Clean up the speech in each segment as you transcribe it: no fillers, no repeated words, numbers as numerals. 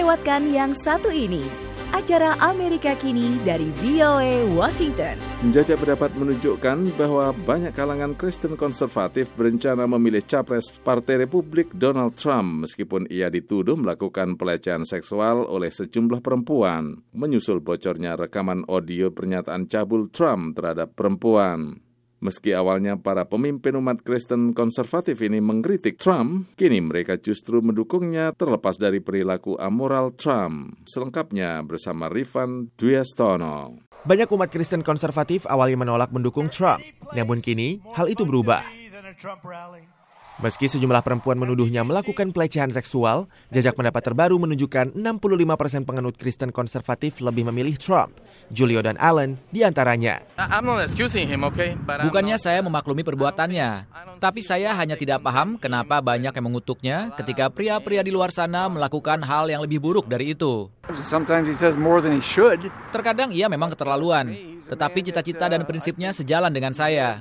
lewatkan yang satu ini. Acara Amerika Kini dari VOA Washington. Jajak pendapat menunjukkan bahwa banyak kalangan Kristen konservatif berencana memilih capres Partai Republik Donald Trump meskipun ia dituduh melakukan pelecehan seksual oleh sejumlah perempuan, menyusul bocornya rekaman audio pernyataan cabul Trump terhadap perempuan. Meski awalnya para pemimpin umat Kristen konservatif ini mengkritik Trump, kini mereka justru mendukungnya terlepas dari perilaku amoral Trump. Selengkapnya bersama Rifan Dwiastono. Banyak umat Kristen konservatif awalnya menolak mendukung Trump, namun kini hal itu berubah. Meski sejumlah perempuan menuduhnya melakukan pelecehan seksual, jajak pendapat terbaru menunjukkan 65% penganut Kristen konservatif lebih memilih Trump. Julio dan Allen diantaranya. Bukannya saya memaklumi perbuatannya, tapi saya hanya tidak paham kenapa banyak yang mengutuknya ketika pria-pria di luar sana melakukan hal yang lebih buruk dari itu. Terkadang ia memang keterlaluan, tetapi cita-cita dan prinsipnya sejalan dengan saya.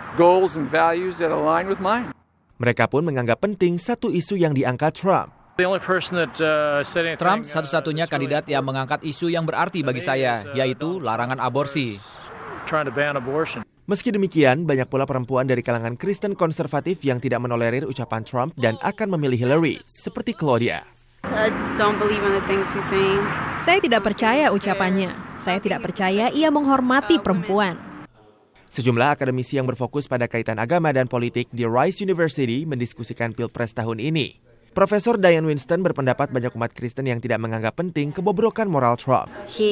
Mereka pun menganggap penting satu isu yang diangkat Trump. Trump satu-satunya kandidat yang mengangkat isu yang berarti bagi saya, yaitu larangan aborsi. Meski demikian, banyak pula perempuan dari kalangan Kristen konservatif yang tidak menolerir ucapan Trump dan akan memilih Hillary, seperti Claudia. Saya tidak percaya ucapannya. Saya tidak percaya ia menghormati perempuan. Sejumlah akademisi yang berfokus pada kaitan agama dan politik di Rice University mendiskusikan Pilpres tahun ini. Profesor Dianne Winston berpendapat banyak umat Kristen yang tidak menganggap penting kebobrokan moral Trump.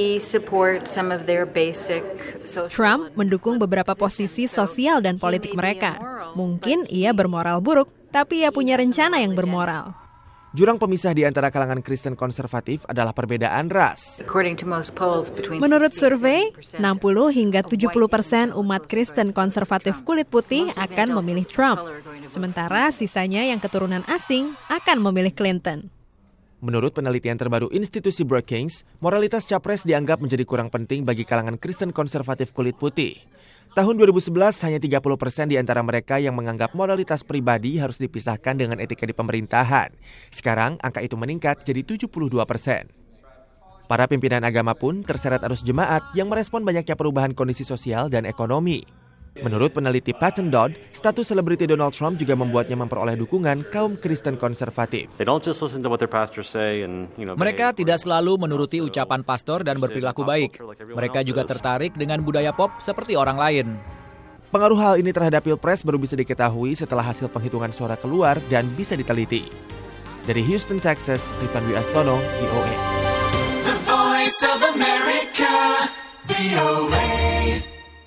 Trump mendukung beberapa posisi sosial dan politik mereka. Mungkin ia bermoral buruk, tapi ia punya rencana yang bermoral. Jurang pemisah di antara kalangan Kristen konservatif adalah perbedaan ras. Menurut survei, 60 hingga 70% umat Kristen konservatif kulit putih akan memilih Trump. Sementara sisanya yang keturunan asing akan memilih Clinton. Menurut penelitian terbaru institusi Brookings, moralitas capres dianggap menjadi kurang penting bagi kalangan Kristen konservatif kulit putih. Tahun 2011, hanya 30% di antara mereka yang menganggap moralitas pribadi harus dipisahkan dengan etika di pemerintahan. Sekarang, angka itu meningkat jadi 72%. Para pimpinan agama pun terseret arus jemaat yang merespon banyaknya perubahan kondisi sosial dan ekonomi. Menurut peneliti Patton Dodd, status selebriti Donald Trump juga membuatnya memperoleh dukungan kaum Kristen konservatif. Mereka tidak selalu menuruti ucapan pastor dan berperilaku baik. Mereka juga tertarik dengan budaya pop seperti orang lain. Pengaruh hal ini terhadap Pilpres baru bisa diketahui setelah hasil penghitungan suara keluar dan bisa diteliti. Dari Houston, Texas, Rifan Dwiastono, VOA.